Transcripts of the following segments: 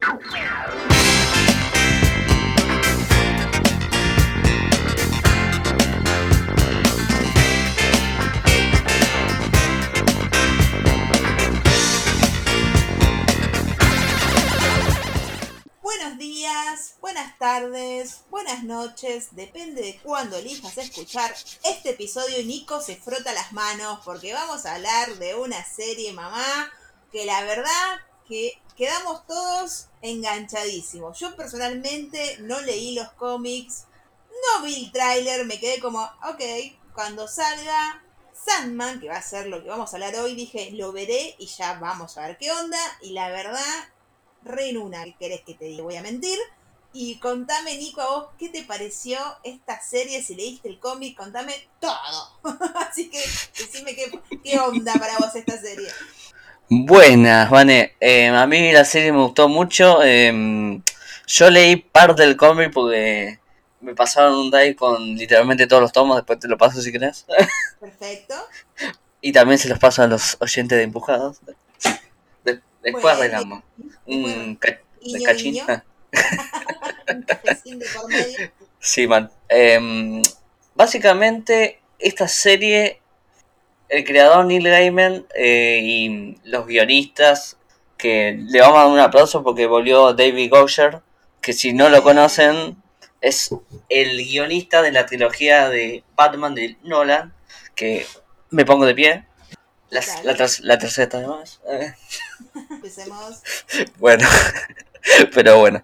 Buenos días, buenas tardes, buenas noches, depende de cuándo elijas escuchar este episodio. Nico se frota las manos porque vamos a hablar de una serie, mamá, que la verdad que quedamos todos enganchadísimos. Yo personalmente no leí los cómics, no vi el tráiler, me quedé como, ok, cuando salga Sandman, que va a ser lo que vamos a hablar hoy, dije, lo veré y ya vamos a ver qué onda. Y la verdad, re en una, ¿qué querés que te diga? Voy a mentir. Y contame, Nico, a vos, ¿qué te pareció esta serie? Si leíste el cómic, contame todo. Así que decime qué onda para vos esta serie. Buenas, Vane. A mí la serie me gustó mucho. Yo leí parte del cómic porque me pasaron un drive con literalmente todos los tomos. Después te lo paso si querés. Perfecto. Y también se los paso a los oyentes de Empujados. Después Bueno, arreglamos. después, De guiño, cachín. guiño. Un cafecín de por medio. Sí, man. Básicamente, esta serie, el creador Neil Gaiman y los guionistas, que le vamos a dar un aplauso porque volvió David Goyer, que si no lo Bien. conocen, es el guionista de la trilogía de Batman de Nolan, que me pongo de pie. Total. La tercera está de más. Empecemos. Bueno, pero bueno.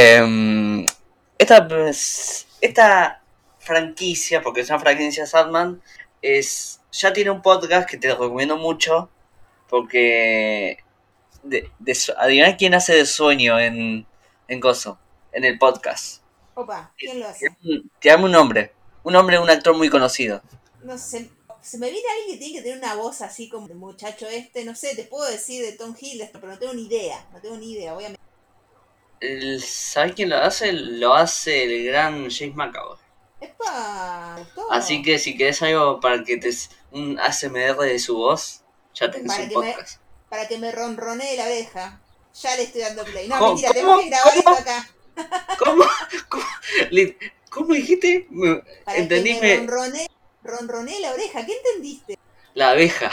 Esta franquicia, porque es una franquicia Sandman, ya tiene un podcast que te recomiendo mucho, porque adivina quién hace de sueño en Gozo, en el podcast. Opa, ¿quién lo hace? Te dame un actor muy conocido. No sé, se me viene alguien que tiene que tener una voz así como el muchacho este, no sé, te puedo decir de Tom Hiddleston, pero no tengo ni idea, obviamente. ¿Sabes quién lo hace? Lo hace el gran James McAvoy. ¡Epa! ¿Me Así gustó? que si querés algo para que un ASMR de su voz, ya tenés Para un que me, podcast. para que me ronronee la oreja. Ya le estoy dando play. No, ¿Cómo? mentira, tenemos que grabar esto ¿Cómo? acá. ¿Cómo? ¿Cómo, ¿Cómo dijiste? Para que me Entendíme ronronee la oreja. ¿Qué entendiste? la abeja.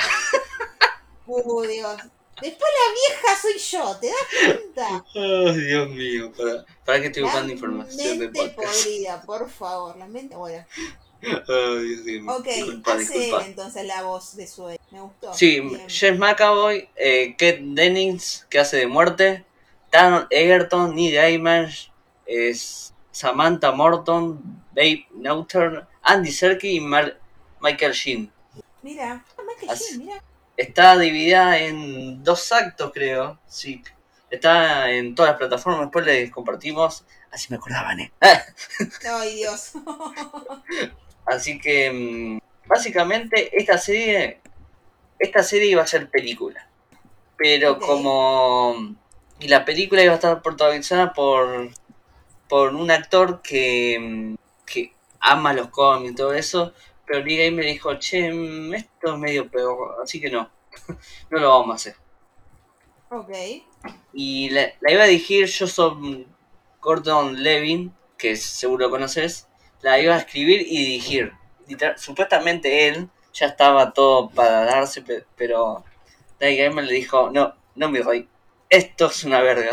Dios. Después la vieja soy yo, ¿te das cuenta? Ay, Dios mío. Para que estoy La buscando información del mente podcast. podrida, por favor. La mente. Bueno. Ay, Dios mío. Ok, hace él Disculpa. entonces la voz de su. Me gustó. Sí, Bien. James McAvoy, Kate Dennings, que hace de muerte, Dan Egerton, Neil Gaiman, Samantha Morton, Babe Neuter, Andy Serkis y Michael Sheen. Mira, Michael Sheen, Así- mira. Está dividida en 2 actos, creo. Sí. Está en todas las plataformas. Después les compartimos. Así me acordaban, Ay, Dios. Así que, básicamente, esta serie iba a ser película. Pero Ok. como... Y la película iba a estar protagonizada por un actor que ama los cómics y todo eso. Pero Lee Gaiman me dijo, che, esto es medio peor. Así que no lo vamos a hacer. Ok. Y la iba a dirigir Joseph Gordon Levin, que seguro conoces. La iba a escribir y dirigir. Supuestamente él ya estaba todo para darse, pero Neil Gaiman le dijo, no mi rey, esto es una verga.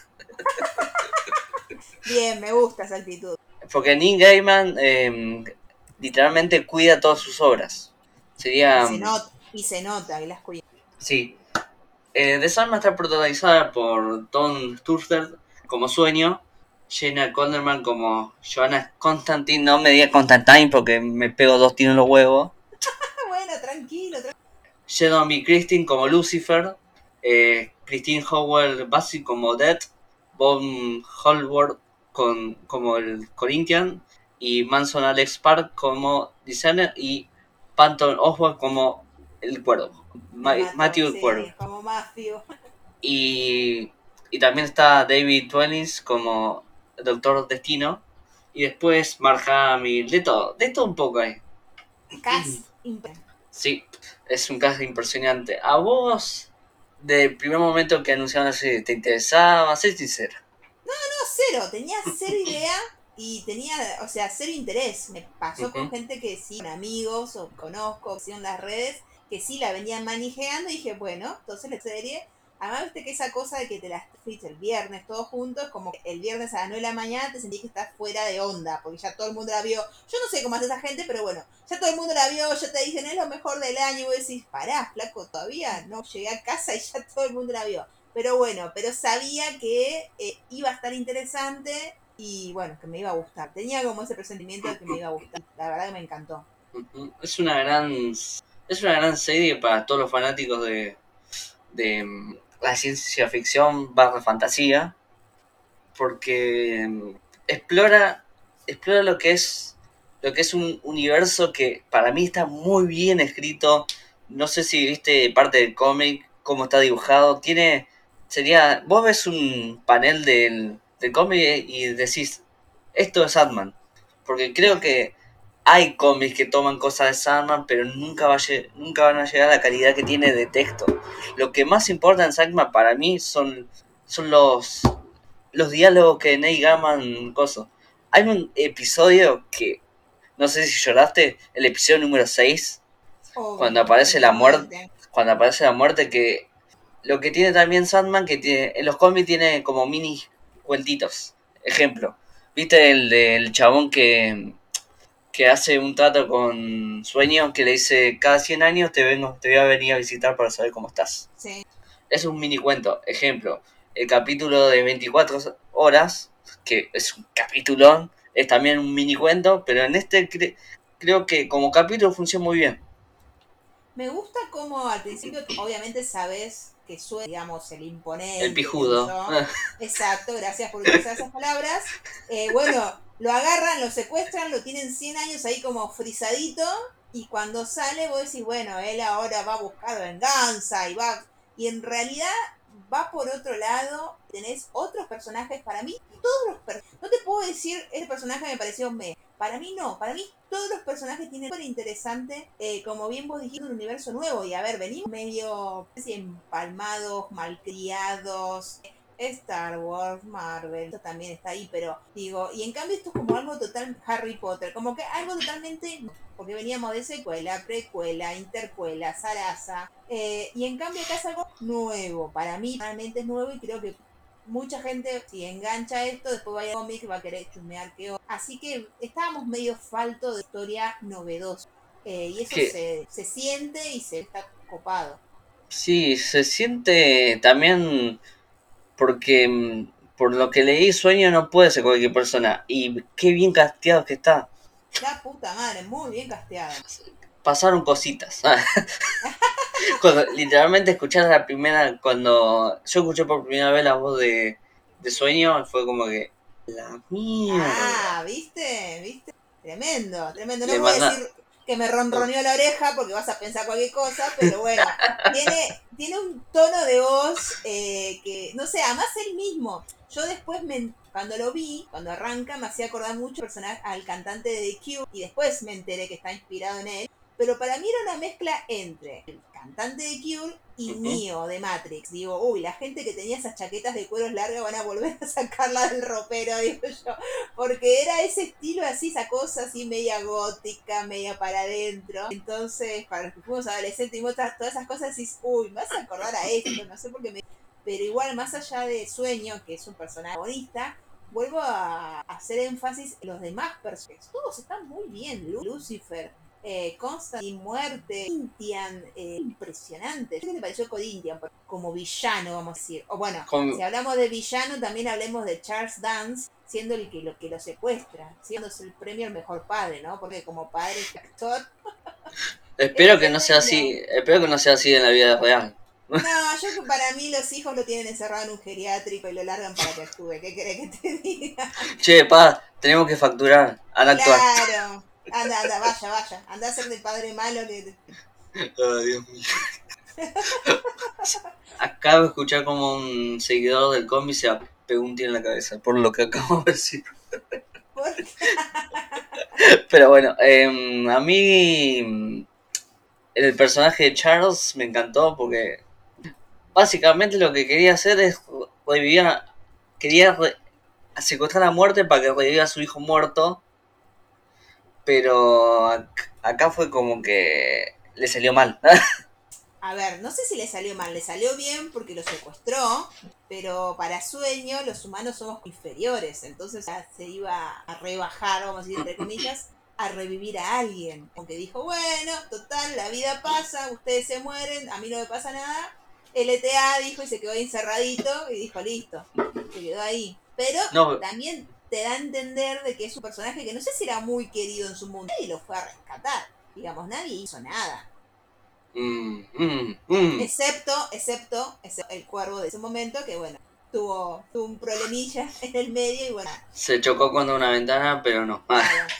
Bien, me gusta esa actitud. Porque Neil Gaiman literalmente cuida todas sus obras. Y Sería, se nota que las cuida. sí. The Sandman está protagonizada por Tom Sturter como Sueño, Jenna Connerman como Joanna Constantine. No me diga Constantine porque me pego 2 tiros en los huevos. Ah, bueno, tranquilo. Jeremy Christine como Lucifer, Christine Howell Bassey como Death, Bob Holward como el Corinthian y Manson Alex Park como Designer y Panton Oswald como el Cuervo, El matón, Matthew el Cuervo. sí, como Matthew. Y, y también está David Twellins como Doctor Destino. Y después Mark Hamill, de todo un poco ahí. Cast impresionante. Sí, es un caso impresionante. ¿A vos del primer momento que anunciaron la serie, ¿te interesaba? Sé sincera. No, cero, tenía cero idea y tenía, o sea, cero interés. Me pasó con Ujú. gente que sí, con amigos o conozco, que sí en las redes, que sí la venían manejando y dije, bueno, entonces la serie, además viste que esa cosa de que te las fuiste el viernes todos juntos, como que el viernes a las 9 de la mañana te sentís que estás fuera de onda, porque ya todo el mundo la vio. Yo no sé cómo hace esa gente, pero bueno, ya todo el mundo la vio, ya te dicen es lo mejor del año y vos decís, pará, flaco, todavía no llegué a casa y ya todo el mundo la vio. Pero bueno, pero sabía que iba a estar interesante y bueno, que me iba a gustar. Tenía como ese presentimiento de que me iba a gustar. La verdad que me encantó. Ujú. Es una gran serie para todos los fanáticos de la ciencia ficción barra fantasía, porque explora lo que es un universo que para mí está muy bien escrito. No sé si viste parte del cómic, cómo está dibujado. Vos ves un panel del cómic y decís, esto es Sandman. Porque creo Claro. que hay cómics que toman cosas de Sandman, pero nunca van a llegar a la calidad que tiene de texto. Lo que más importa en Sandman para mí son los diálogos que Neil Gaiman coso. Hay un episodio que no sé si lloraste, el episodio número 6 cuando Obvio, aparece el de la la muerte, muerte. cuando aparece la muerte que lo que tiene también Sandman que tiene en los cómics tiene como mini cuentitos. Ejemplo, ¿viste el del chabón que hace un trato con Sueño que le dice cada 100 años te voy a venir a visitar para saber cómo estás? Sí. Es un mini cuento. Ejemplo, el capítulo de 24 horas, que es un capítulón, es también un mini cuento, pero en este creo que como capítulo funciona muy bien. Me gusta como al principio, obviamente sabes que suena, digamos, el El imponente, qué sé pijudo. yo. Exacto, gracias por utilizar esas palabras. Bueno, lo agarran, lo secuestran, lo tienen 100 años ahí como frisadito y cuando sale vos decís, bueno, él ahora va a buscar venganza y va... Y en realidad va por otro lado, tenés otros personajes, para mí, no te puedo decir, ese personaje me pareció para mí no, para mí todos los personajes tienen súper interesante, como bien vos dijiste, un universo nuevo. Y a ver, venimos medio no sé si empalmados, malcriados. Star Wars, Marvel, esto también está ahí, pero digo, y en cambio esto es como algo total Harry Potter, como que algo totalmente, porque veníamos de secuela, precuela, intercuela, zaraza, y en cambio acá es algo nuevo, para mí realmente es nuevo y creo que mucha gente, si engancha esto, después va a ir a cómic, va a querer chusmear qué onda. Así que estábamos medio falto de historia novedosa. Y eso Que se siente y se está copado. sí, se siente también porque por lo que leí, Sueño no puede ser cualquier persona. Y qué bien casteado que está. La puta madre, muy bien casteado. Pasaron cositas. Cuando literalmente escuchar la primera, cuando yo escuché por primera vez la voz de Sueño, fue como que, la mierda. ¿Viste? ¿Viste? Tremendo, tremendo. No Le voy a manda, decir que me ronroneó la oreja porque vas a pensar cualquier cosa, pero bueno, tiene un tono de voz que, no sé, además él mismo. Yo después, cuando lo vi, cuando arranca, me hacía acordar mucho al cantante de The Cure y después me enteré que está inspirado en él. Pero para mí era una mezcla entre el cantante de Cure y Ujú. Neo de Matrix. Digo, uy, la gente que tenía esas chaquetas de cueros largas van a volver a sacarla del ropero, digo yo. Porque era ese estilo así, esa cosa así media gótica, media para adentro. Entonces, para los que fuimos adolescentes y vimos todas esas cosas, decís, uy, me vas a acordar a esto, no sé por qué me... Pero igual, más allá de Sueño, que es un personaje bonista, vuelvo a hacer énfasis en los demás personajes. Todos están muy bien. Lucifer, Constantine, Muerte, Corinthian, impresionante. ¿Qué te pareció Corinthian como villano, vamos a decir? O bueno, si Con- hablamos de villano, también hablemos de Charles Dance, siendo el que lo secuestra, siendo el premio al mejor padre, ¿no? Porque como padre, este actor es tremendo. espero que no sea así en la vida real. No, yo que para mí los hijos lo tienen encerrado en un geriátrico y lo largan para que actúe. ¿Qué querés que te diga? Che, pa, tenemos que facturar, al actuar. Claro. Anda, anda, vaya, vaya. Anda a ser de padre malo que... Ay, Dios mío. Acabo de escuchar como un seguidor del cómic se pegó un tiro en la cabeza por lo que acabo de decir. Porque Pero bueno, a mí el personaje de Charles me encantó porque básicamente lo que quería hacer es revivir, quería secuestrar a Muerte para que reviva a su hijo muerto, pero acá fue como que le salió mal. A ver, no sé si le salió mal, le salió bien porque lo secuestró, pero para Sueño los humanos somos inferiores, entonces ya se iba a rebajar, vamos a decir entre comillas, a revivir a alguien. Aunque dijo, bueno, total, la vida pasa, ustedes se mueren, a mí no me pasa nada. LTA dijo y se quedó ahí encerradito y dijo, listo, se quedó ahí. Pero No, también te da a entender de que es un personaje que no sé si era muy querido en su mundo y lo fue a rescatar. Digamos, nadie hizo nada. Excepto el cuervo de ese momento, que bueno, tuvo un problemilla en el medio y bueno, se chocó contra una ventana, pero no. claro,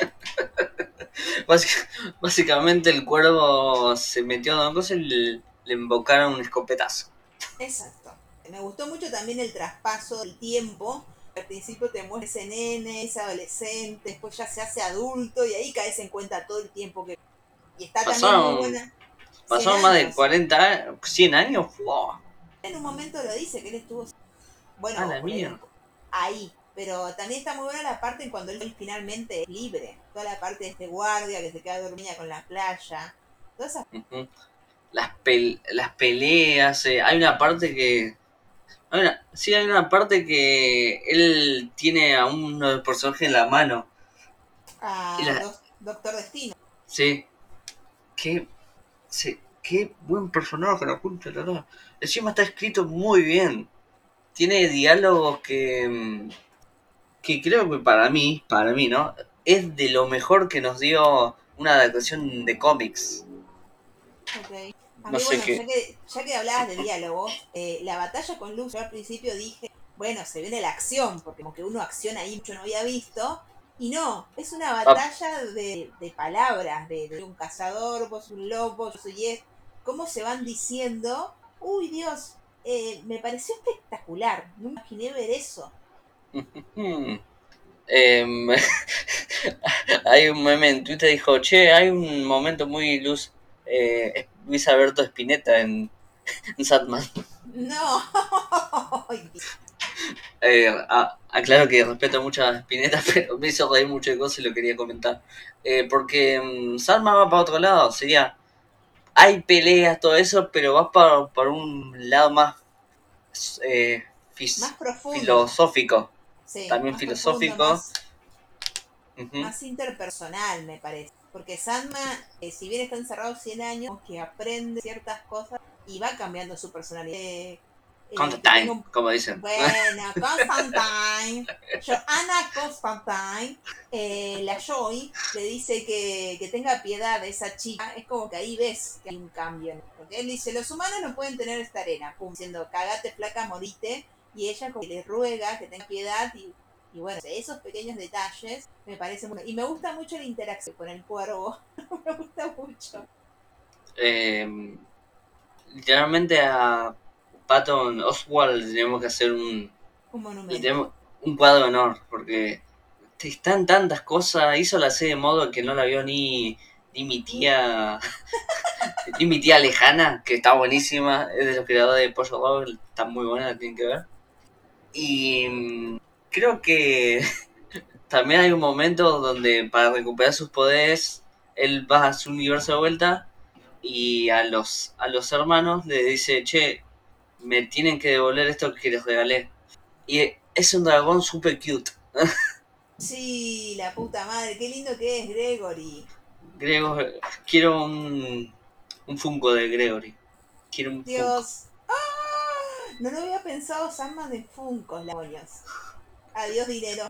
Básicamente el cuervo se metió en una cosa y le invocaron un escopetazo. exacto. Me gustó mucho también el traspaso del tiempo. Al principio te muestra ese nene, ese adolescente, después ya se hace adulto y ahí caes en cuenta todo el tiempo que... Y está también muy Pasaron, buena. 100 pasaron más de años. 40 100 años. ¡Wow! En un momento lo dice que él estuvo, A bueno, la por mía. él ahí. Pero también está muy buena la parte en cuando él finalmente es libre. Toda la parte de este guardia que se queda dormida con la playa. Toda esa... Uh-huh. Las peleas. Hay una parte que. Hay una parte que él tiene a uno de los personajes en la mano. Y a la, Doctor Destino. sí, qué, qué buen personaje, la concha de la lora. Encima está escrito muy bien. Tiene diálogos que creo que para mí, ¿no? Es de lo mejor que nos dio una adaptación de cómics. Ok. A No mí, sé bueno, qué. ya que hablabas de diálogos, la batalla con Luz, yo al principio dije, bueno, se viene la acción, porque como que uno acciona ahí mucho no había visto, y no, es una Ah, batalla de palabras, de un cazador, vos un lobo, yo soy esto, cómo se van diciendo, uy Dios, me pareció espectacular, no imaginé ver eso. hmm. Em, hay un meme en Twitter que dijo, che, hay un momento muy Luis Alberto Spinetta en Satman. No, Aclaro que respeto mucho a Spinetta, pero me hizo reír mucho de cosas y lo quería comentar. Porque Sandman va para otro lado, sería, hay peleas, todo eso, pero va para un lado más eh, más profundo, filosófico, sí, también más profundo, filosófico. Ujú. más interpersonal, me parece. Porque Sandman, si bien está encerrado 100 años, que aprende ciertas cosas y va cambiando su personalidad. Que tenga Constantine, un... como dicen. Bueno, Constantine, Joanna Constantine, la Joy, le dice que tenga piedad de esa chica. Es como que ahí ves que hay un cambio. Porque él dice, los humanos no pueden tener esta arena. Pum, diciendo, cagate, flaca, morite. Y ella como que le ruega que tenga piedad y bueno, esos pequeños detalles me parecen muy... Y me gusta mucho la interacción con el cuervo. Me gusta mucho. Eh, Literalmente a Patton Oswald le tenemos que hacer Un le monumento. tenemos un cuadro de honor, porque están tantas cosas, hizo la serie de modo que no la vio ni mi tía, ni mi tía lejana, que está buenísima, es de los creadores de Pollo Robert, está muy buena, la tienen que ver. Y creo que también hay un momento donde para recuperar sus poderes, él va a su universo de vuelta y a los hermanos le dice, che, me tienen que devolver esto que les regalé. Y es un dragón super cute. Sí, la puta madre, qué lindo que es Gregory. Gregor, quiero un Funko de Gregory. Quiero un Funko. Dios. ¡Ah! No lo había pensado Sandman de Funkos, la pollos. Adiós dinero.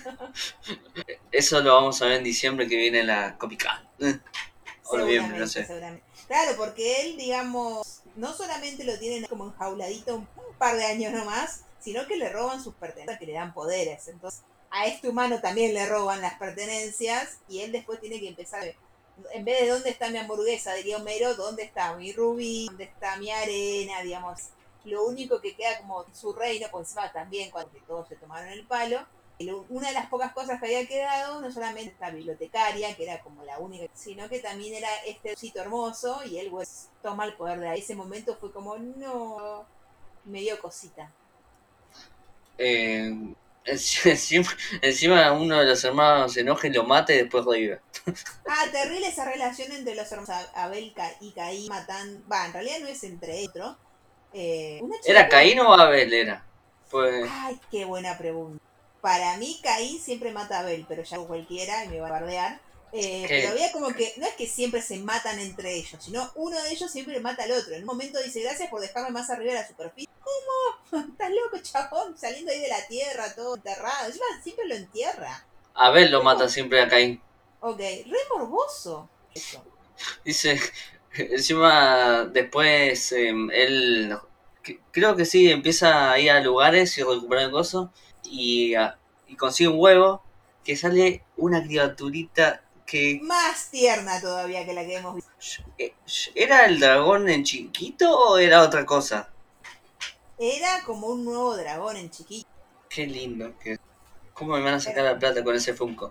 Eso lo vamos a ver en diciembre que viene la Comic Con. O noviembre, no Seguramente, sé. seguramente. Claro, porque él, digamos, no solamente lo tienen como enjauladito un par de años nomás, sino que le roban sus pertenencias que le dan poderes. Entonces, a este humano también le roban las pertenencias y él después tiene que empezar, en vez de dónde está mi hamburguesa, diría Homero, dónde está mi rubí, dónde está mi arena, digamos. Lo único que queda como su reino, pues va también cuando todos se tomaron el palo, Una de las pocas cosas que había quedado, no solamente esta bibliotecaria, que era como la única, sino que también era este osito hermoso, y él pues toma el poder de ahí. Ese momento fue como, no, me dio cosita. Eh, encima, encima uno de los hermanos se enoja y lo mata y después revive. Ah, terrible esa relación entre los hermanos Abel y Caín matan. Va, en realidad no es entre otros. Una chica. ¿Era Caín o Abel? Era. Pues. Ay, qué buena pregunta. Para mí, Caín siempre mata a Abel, pero ya cualquiera y me va a bardear. Pero Que había como que, no es que siempre se matan entre ellos, sino uno de ellos siempre mata al otro. En un momento dice, gracias por dejarme más arriba de la superficie. ¿Cómo? ¿Estás loco, chabón? Saliendo ahí de la tierra, todo enterrado. Encima siempre lo entierra. Abel lo Re mata siempre a Caín. Ok, re morboso. Eso. Dice, encima después él, creo que sí, empieza a ir a lugares y recuperar cosas y consigue un huevo que sale una criaturita que... Más tierna todavía que la que hemos visto. ¿Era el dragón en chiquito o era otra cosa? Era como un nuevo dragón en chiquito. Qué lindo que... ¿Cómo me van a sacar Pero, la plata con ese Funko?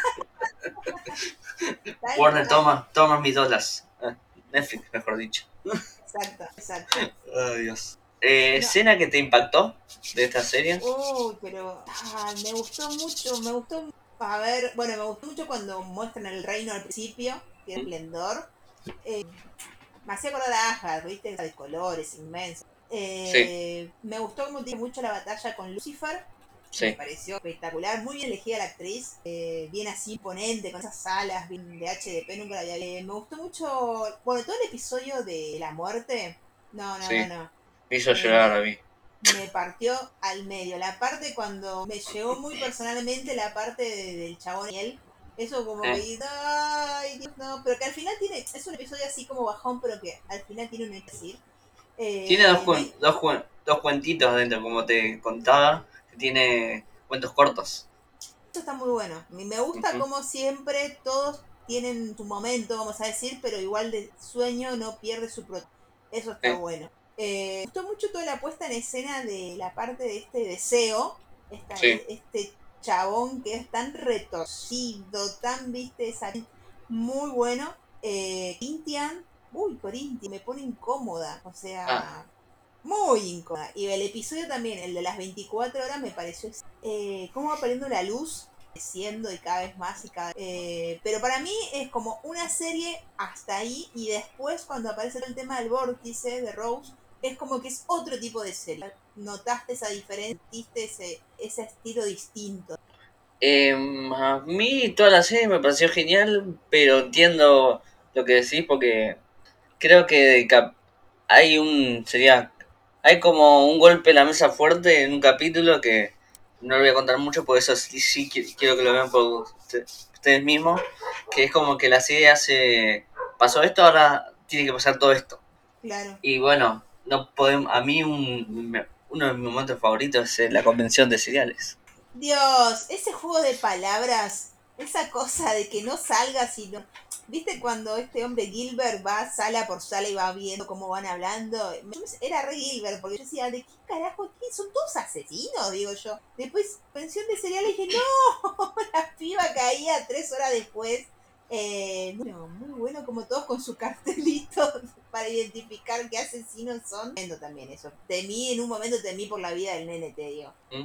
tal Warner, cual. toma mis dólares. Netflix, mejor dicho. Exacto, exacto. Ay, Dios. No, ¿Escena que te impactó de esta serie? uy, pero me gustó mucho, me gustó, a ver, bueno, me gustó mucho cuando muestran el reino al principio, que es esplendor. Eh, Me hacía acordar a Asgard, ¿viste? De colores, inmenso. Sí, Me gustó como tiene mucho la batalla con Lucifer, me sí. pareció espectacular, muy bien elegida la actriz, bien así imponente, con esas alas bien de HDP, nunca la había visto. Me gustó mucho, bueno, todo el episodio de la muerte, no, no, no, Sí, no. me hizo Me, llorar me, a mí. me partió al medio. La parte cuando me llegó muy personalmente la parte del chabón y él, eso como Eh, que, ay, Dios, no, pero que al final tiene, es un episodio así como bajón, pero que al final tiene un decir. Tiene Me, dos cuentitos dentro, como te contaba, que tiene cuentos cortos. Eso está muy bueno. Me gusta Ujú, como siempre todos tienen su momento, vamos a decir, pero igual de sueño no pierde su protagonismo. Eso está eh, bueno. Me gustó mucho toda la puesta en escena de la parte de este deseo, sí. este chabón que es tan retorcido, tan, viste, muy bueno. Corinthian, uy, Corinthian, me pone incómoda, o Ah, sea, muy incómoda. Y el episodio también, el de las 24 horas, me pareció cómo va perdiendo la luz, creciendo y cada vez más y cada pero para mí es como una serie hasta ahí y después cuando aparece el tema del vórtice de Rose, es como que es otro tipo de serie. ¿Notaste esa diferencia? ¿Sentiste ese estilo distinto? a mí toda la serie me pareció genial, pero entiendo lo que decís porque creo que hay hay como un golpe en la mesa fuerte en un capítulo que no lo voy a contar mucho, por eso sí quiero que lo vean por ustedes mismos, que es como que la serie pasó esto, ahora tiene que pasar todo esto. Claro. Y bueno, no podemos, a mí uno de mis momentos favoritos es la convención de cereales. Dios, ese juego de palabras, esa cosa de que no salga sino... ¿Viste cuando este hombre Gilbert va sala por sala y va viendo cómo van hablando? Era re Gilbert, porque yo decía, ¿de qué carajo? ¿Qué? ¿Son todos asesinos? Digo yo. Después, pensión de cereal, y dije, ¡no! La piba caía 3 horas después. No, muy bueno, como todos con su cartelito para identificar qué asesinos son. Tremendo también eso. Temí, en un momento temí por la vida del nene, te digo. ¿Mm?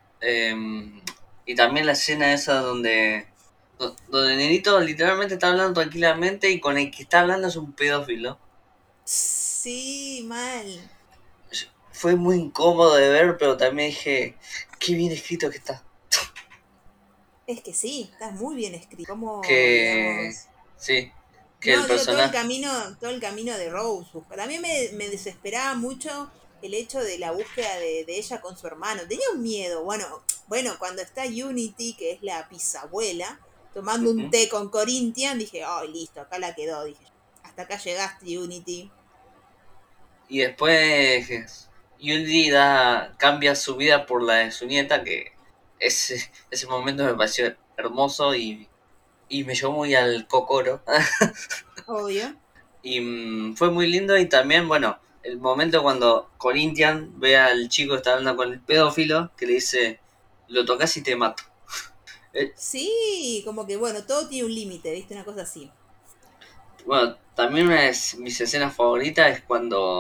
Y también la escena esa donde Nenito literalmente está hablando tranquilamente y con el que está hablando es un pedófilo. Sí, mal. Fue muy incómodo de ver, pero también dije, qué bien escrito que está. Es que sí, está muy bien escrito. Como, Que digamos. sí, que el No, digo, personaje... todo el camino de Rose. También me desesperaba mucho el hecho de la búsqueda de ella con su hermano. Tenía un miedo. Bueno, cuando está Unity, que es la bisabuela, tomando un Ujú. té con Corinthian, dije, ay, listo, acá la quedó. Dije, hasta acá llegaste, Unity. Y después Yuri cambia su vida por la de su nieta, que ese momento me pareció hermoso y me llevó muy al cocoro. Obvio. Y fue muy lindo y también, bueno, el momento cuando Corinthian ve al chico que está hablando con el pedófilo, que le dice, lo tocas y te mato. Eh, Sí, como que bueno, todo tiene un límite, ¿viste? Una cosa así. bueno, también una de mis escenas favoritas es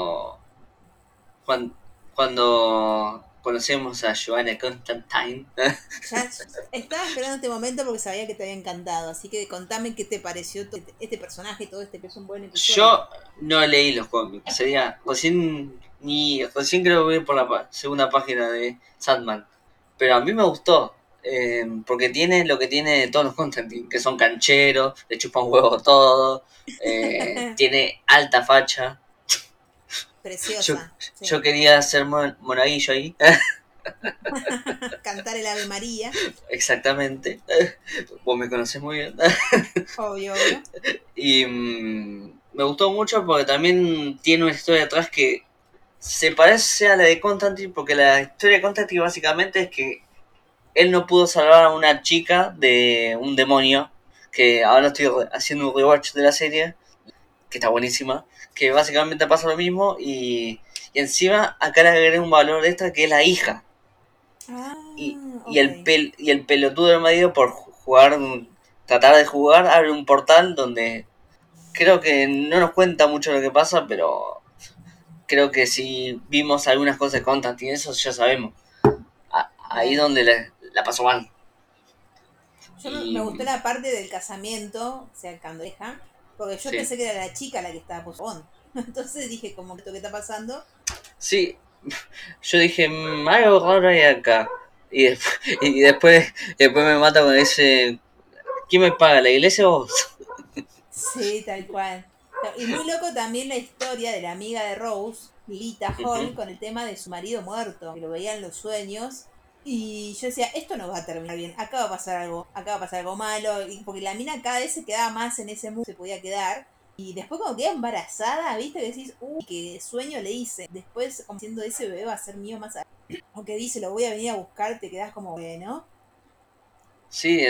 cuando, cuando conocemos a Joanna Constantine. Ya estaba esperando este momento porque sabía que te había encantado, así que contame qué te pareció este personaje, todo este que es un buen episodio. Yo no leí los cómics, sería recién creo que voy por la segunda página de Sandman, pero a mí me gustó, porque tiene lo que tiene todos los Constantine, que son cancheros, le chupan huevo todo, tiene alta facha. Yo, Preciosa, yo sí. quería ser monaguillo ahí, Cantar el Ave María, exactamente, vos me conocés muy bien. obvio, obvio. Y me gustó mucho porque también tiene una historia atrás que se parece a la de Constantine, porque la historia de Constantine básicamente es que él no pudo salvar a una chica de un demonio, que ahora estoy haciendo un rewatch de la serie, que está buenísima, que básicamente pasa lo mismo y encima acá le agregué un valor extra que es la hija. Ah, Y ok. y el pelotudo del marido por jugar, tratar de jugar, abre un portal donde creo que no nos cuenta mucho lo que pasa, pero creo que si vimos algunas cosas de Constantine, eso ya sabemos. Ahí Claro. donde la pasó mal. Yo me Y gustó la parte del casamiento, o sea, Candeja, porque yo sí, pensé que era la chica la que estaba posando. Entonces dije, como que esto que está pasando. sí, yo dije, algo raro hay acá". Y después, después me mata cuando dice, ¿quién me paga, la iglesia o vos? Sí, tal cual. Y muy loco también la historia de la amiga de Rose, Lita Ujú. Hall, con el tema de su marido muerto, que lo veía en los sueños. Y yo decía, esto no va a terminar bien, acá va a pasar algo, acá va a pasar algo malo, y porque la mina cada vez se quedaba más en ese mundo, se podía quedar. Y después cuando queda embarazada, viste que decís, uy, qué sueño le hice. Después, como diciendo, ese bebé va a ser mío más adelante. O que dice, lo voy a venir a buscar, te quedás como, bueno. Sí,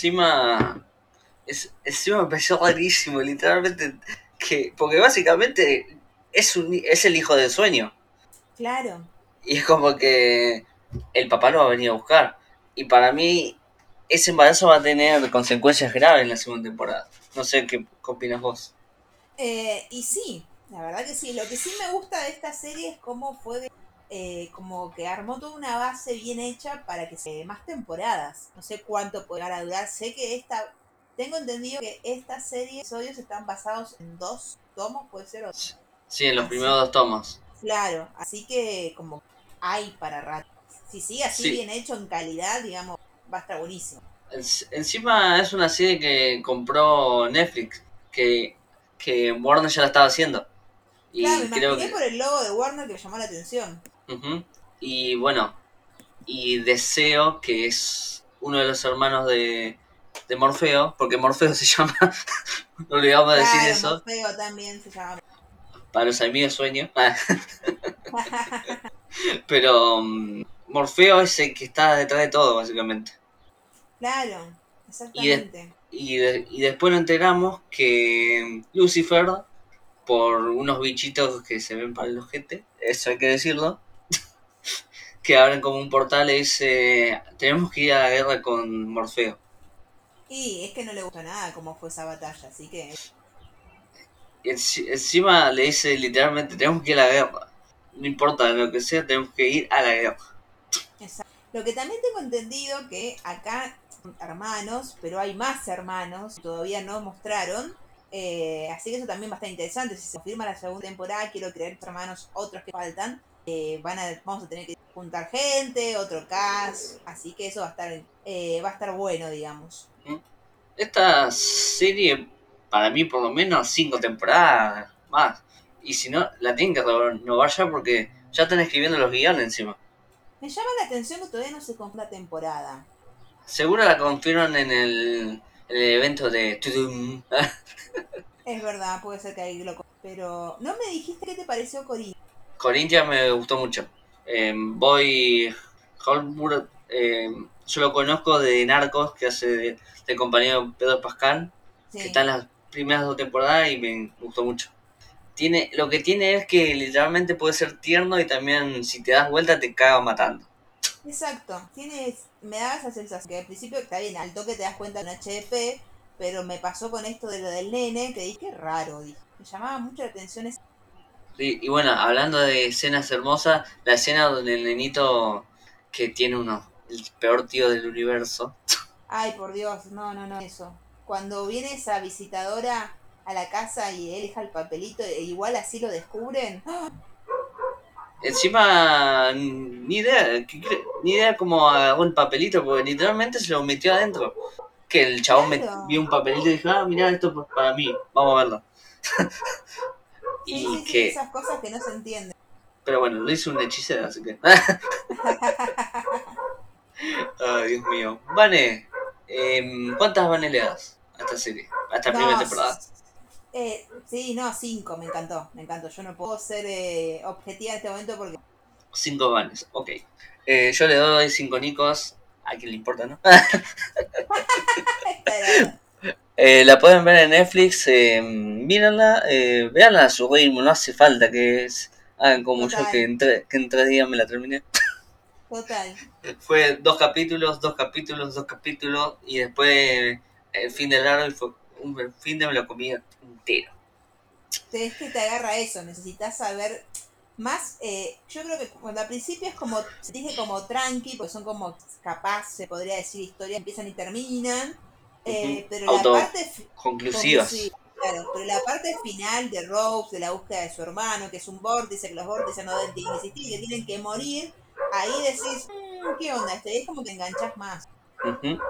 encima me pareció rarísimo, literalmente, porque básicamente es el hijo del sueño. Claro. Y es como que el papá lo va a venir a buscar. Y para mí, ese embarazo va a tener consecuencias graves en la segunda temporada. No sé qué opinas vos. Y sí, la verdad que sí. Lo que sí me gusta de esta serie es cómo fue como que armó toda una base bien hecha para que se más temporadas. No sé cuánto podrá durar. Sé que tengo entendido que esta serie de episodios están basados en 2 tomos, puede ser. Sí, en los primeros Así, dos tomos. claro, así que como hay para rato. Si sigue así Sí, bien hecho en calidad, digamos, va a estar buenísimo. encima es una serie que compró Netflix, que Warner ya la estaba haciendo. Claro, me Y creo imaginé que... por el logo de Warner que me llamó la atención. Ujú. Y bueno, y Deseo, que es uno de los hermanos de Morfeo, porque Morfeo se llama, no olvidamos de decir Claro, eso, Morfeo también se llama. para los amigos sueños. Pero Morfeo es el que está detrás de todo, básicamente. Claro, Y, de- exactamente. y después nos enteramos que Lucifer, por unos bichitos que se ven para el ojete, eso hay que decirlo, que abren como un portal y dice, tenemos que ir a la guerra con Morfeo. Y es que no le gustó nada cómo fue esa batalla, así que... Y encima le dice literalmente, tenemos que ir a la guerra. No importa lo que sea, tenemos que ir a la guerra. Exacto. Lo que también tengo entendido que acá son hermanos, pero hay más hermanos, que todavía no mostraron. Así que eso también va a estar interesante. Si se confirma la segunda temporada, quiero creer que hermanos, otros que faltan, vamos a tener que juntar gente, otro cast, así que eso va a estar bueno, digamos. ¿Mm? Esta serie, para mí por lo menos 5 temporadas más. Y si no, la tienen que renovar ya porque ya están escribiendo los guiones encima. Me llama la atención que todavía no se confirma la temporada. Seguro la confirman en el evento de Tudum. Es verdad, puede ser que ahí pero no me dijiste qué te pareció Corinne. Corinthians me gustó mucho. Boy Holbrook, yo lo conozco de Narcos, que hace de compañero Pedro Pascal, que está Sí. en las primeras 2 temporadas y me gustó mucho. Lo que tiene es que literalmente puede ser tierno y también si te das vuelta te caga matando. Exacto, me daba esa sensación que al principio está bien, al toque te das cuenta de un HDP, pero me pasó con esto de lo del nene, que dije, qué raro, dije. Me llamaba mucho la atención ese... Y bueno, hablando de escenas hermosas, la escena donde el nenito que tiene el peor tío del universo. Ay, por Dios, no, no, no, eso. Cuando viene esa visitadora a la casa y él deja el papelito, e igual así lo descubren. ¡Ah! Encima, ni idea cómo agarró el papelito, porque literalmente se lo metió adentro. Que el chabón vio Claro. un papelito y dijo, ah, mirá, esto es para mí, vamos a verlo. Sí, Y sí, sí, que, esas cosas que no se entienden. pero bueno, lo hizo un hechicero, así que. Ay, Dios mío. Vane, ¿cuántas Vane le das a esta serie? A esta primera No, temporada. sí, no, 5, me encantó, me encantó. Yo no puedo ser objetiva en este momento porque... 5 Vanes, ok. Yo le doy 5 Nicos. A quien le importa, ¿no? Está grabado. La pueden ver en Netflix, mírenla, véanla a su ritmo, no hace falta hagan como yo Total, que en 3 días me la terminé. total. Fue 2 capítulos, 2 capítulos, 2 capítulos y después el fin de largo y fue un fin de me lo comí entero. Es que te agarra eso, necesitas saber más, yo creo que cuando al principio es como, se dice como tranqui, porque son como capaz, se podría decir, historias empiezan y terminan, pero la parte conclusiva, Autoconclusivas. claro, pero la parte final de Rose, de la búsqueda de su hermano, que es un vórtice, que los vórtices no deben existir, que tienen que morir, ahí decís, ¿qué onda esto? Y es como que enganchas más. Ujú.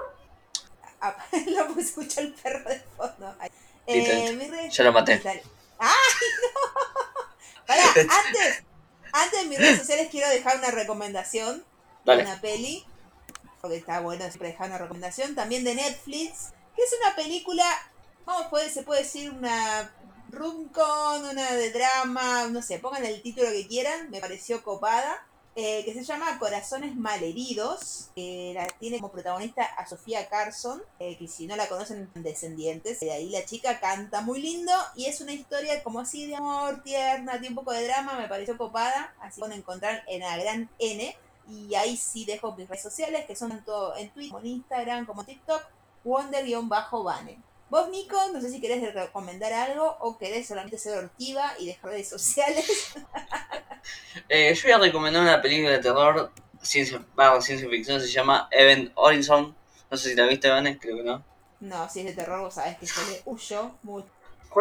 Lo porque escucha el perro de fondo. Ay. Literalmente. Mi red, Ya lo maté. listo. ¡Ay! Pará, antes de mis redes sociales quiero dejar una recomendación de Dale. una peli, porque está bueno siempre dejar una recomendación, también de Netflix, que es una película, se puede decir una rom-com, una de drama, no sé, pongan el título que quieran, me pareció copada, que se llama Corazones Malheridos, que la tiene como protagonista a Sofía Carson, que si no la conocen, Descendientes, de ahí la chica canta muy lindo y es una historia como así de amor, tierna, tiene un poco de drama, me pareció copada, así pueden encontrar en la gran N, y ahí sí dejo mis redes sociales, que son tanto en Twitter, como en Instagram, como TikTok, Wonder-Bane. Vos, Nico, no sé si querés recomendar algo o querés solamente ser hortiva y dejar redes sociales. Yo voy a recomendar una película de terror, ciencia ficción, se llama Event Horizon. No sé si la viste, Vane, creo que no. No, si es de terror, vos sabés que yo le huyo mucho.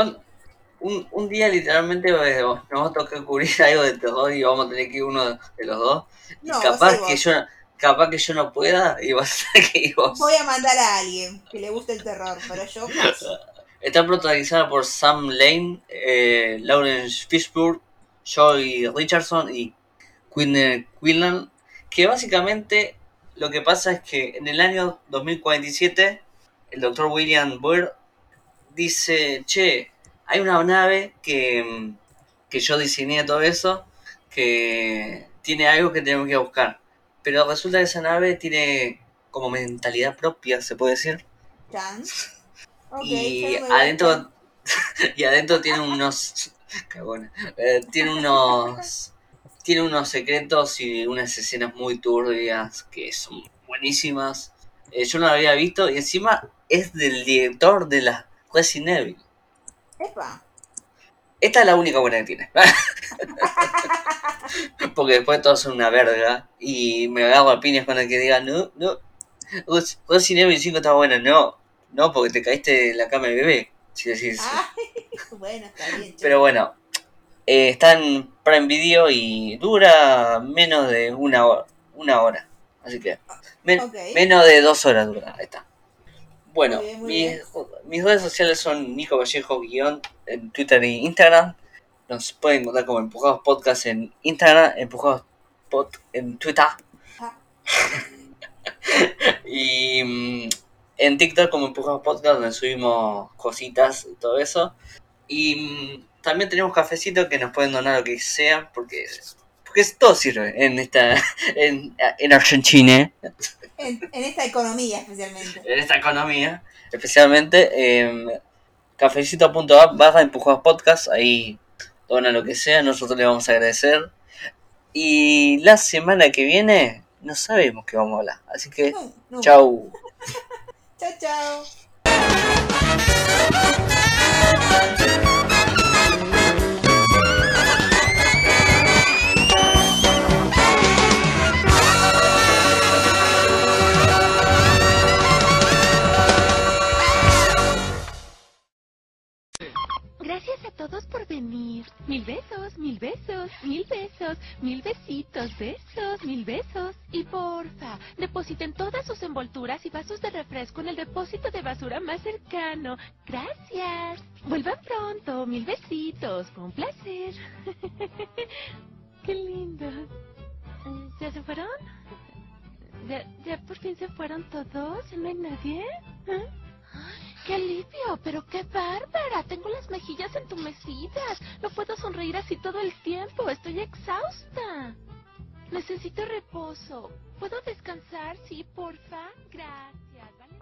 Un día literalmente nos va a tocar cubrir algo de terror y vamos a tener que ir uno de los dos. Y No, vos y capaz que yo no pueda y vas a tener que ir voy vos. a mandar a alguien que le guste el terror, pero yo paso. Está protagonizada por Sam Lane, Lawrence Fishburne, Joy Richardson y Quinlan, que básicamente lo que pasa es que en el año 2047 el doctor William Byrd dice, che, hay una nave que yo diseñé todo eso, que tiene algo que tenemos que buscar. Pero resulta que esa nave tiene como mentalidad propia, se puede decir. Chan. Ok, ya Y no me gusta. adentro, y adentro tiene unos... Cagona. Tiene unos secretos y unas escenas muy turbias que son buenísimas. Yo no lo había visto y encima es del director de la Resident Evil. Epa. Esta es la única buena que tiene. Porque después todos son una verga. Y me agarro a piñas con el que diga, no, no. Resident Evil 5 está buena. No, no, porque te caíste de la cama de bebé. Si decís. Ay, bueno, está bien, Pero che. bueno, está en Prime Video y dura menos de una hora. Así que, Ok, menos de 2 horas dura. Ahí está. muy Bueno, bien, muy bien. mis redes sociales son Nico Vallejo guión en Twitter e Instagram. Nos pueden encontrar como Empujados Podcast en Instagram, Empujados Pod en Twitter Ah, y en TikTok como Empujados Podcast donde subimos cositas y todo eso. Y también tenemos cafecito que nos pueden donar lo que sea porque todo sirve en Argentina, en esta economía especialmente. en esta economía, especialmente cafecito.app Empujados Podcast, ahí dona lo que sea, nosotros le vamos a agradecer. Y la semana que viene no sabemos qué vamos a hablar. Así que, No. chau. Chao, chao. Gracias a todos por venir. 1000 besos, 1000 besos, 1000 besos, 1000 besitos, besos, 1000 besos. Y porfa, depositen todas sus envolturas y vasos de refresco en el depósito de basura más cercano. Gracias. Vuelvan pronto. 1000 besitos. Fue un placer. Qué lindo. ¿Ya se fueron? ¿Ya por fin se fueron todos? ¿Ya no hay nadie? ¿Eh? ¡Qué alivio! ¡Pero qué bárbara! Tengo las mejillas entumecidas. No puedo sonreír así todo el tiempo. Estoy exhausta. Necesito reposo. ¿Puedo descansar? Sí, porfa. Gracias. ¿Vale?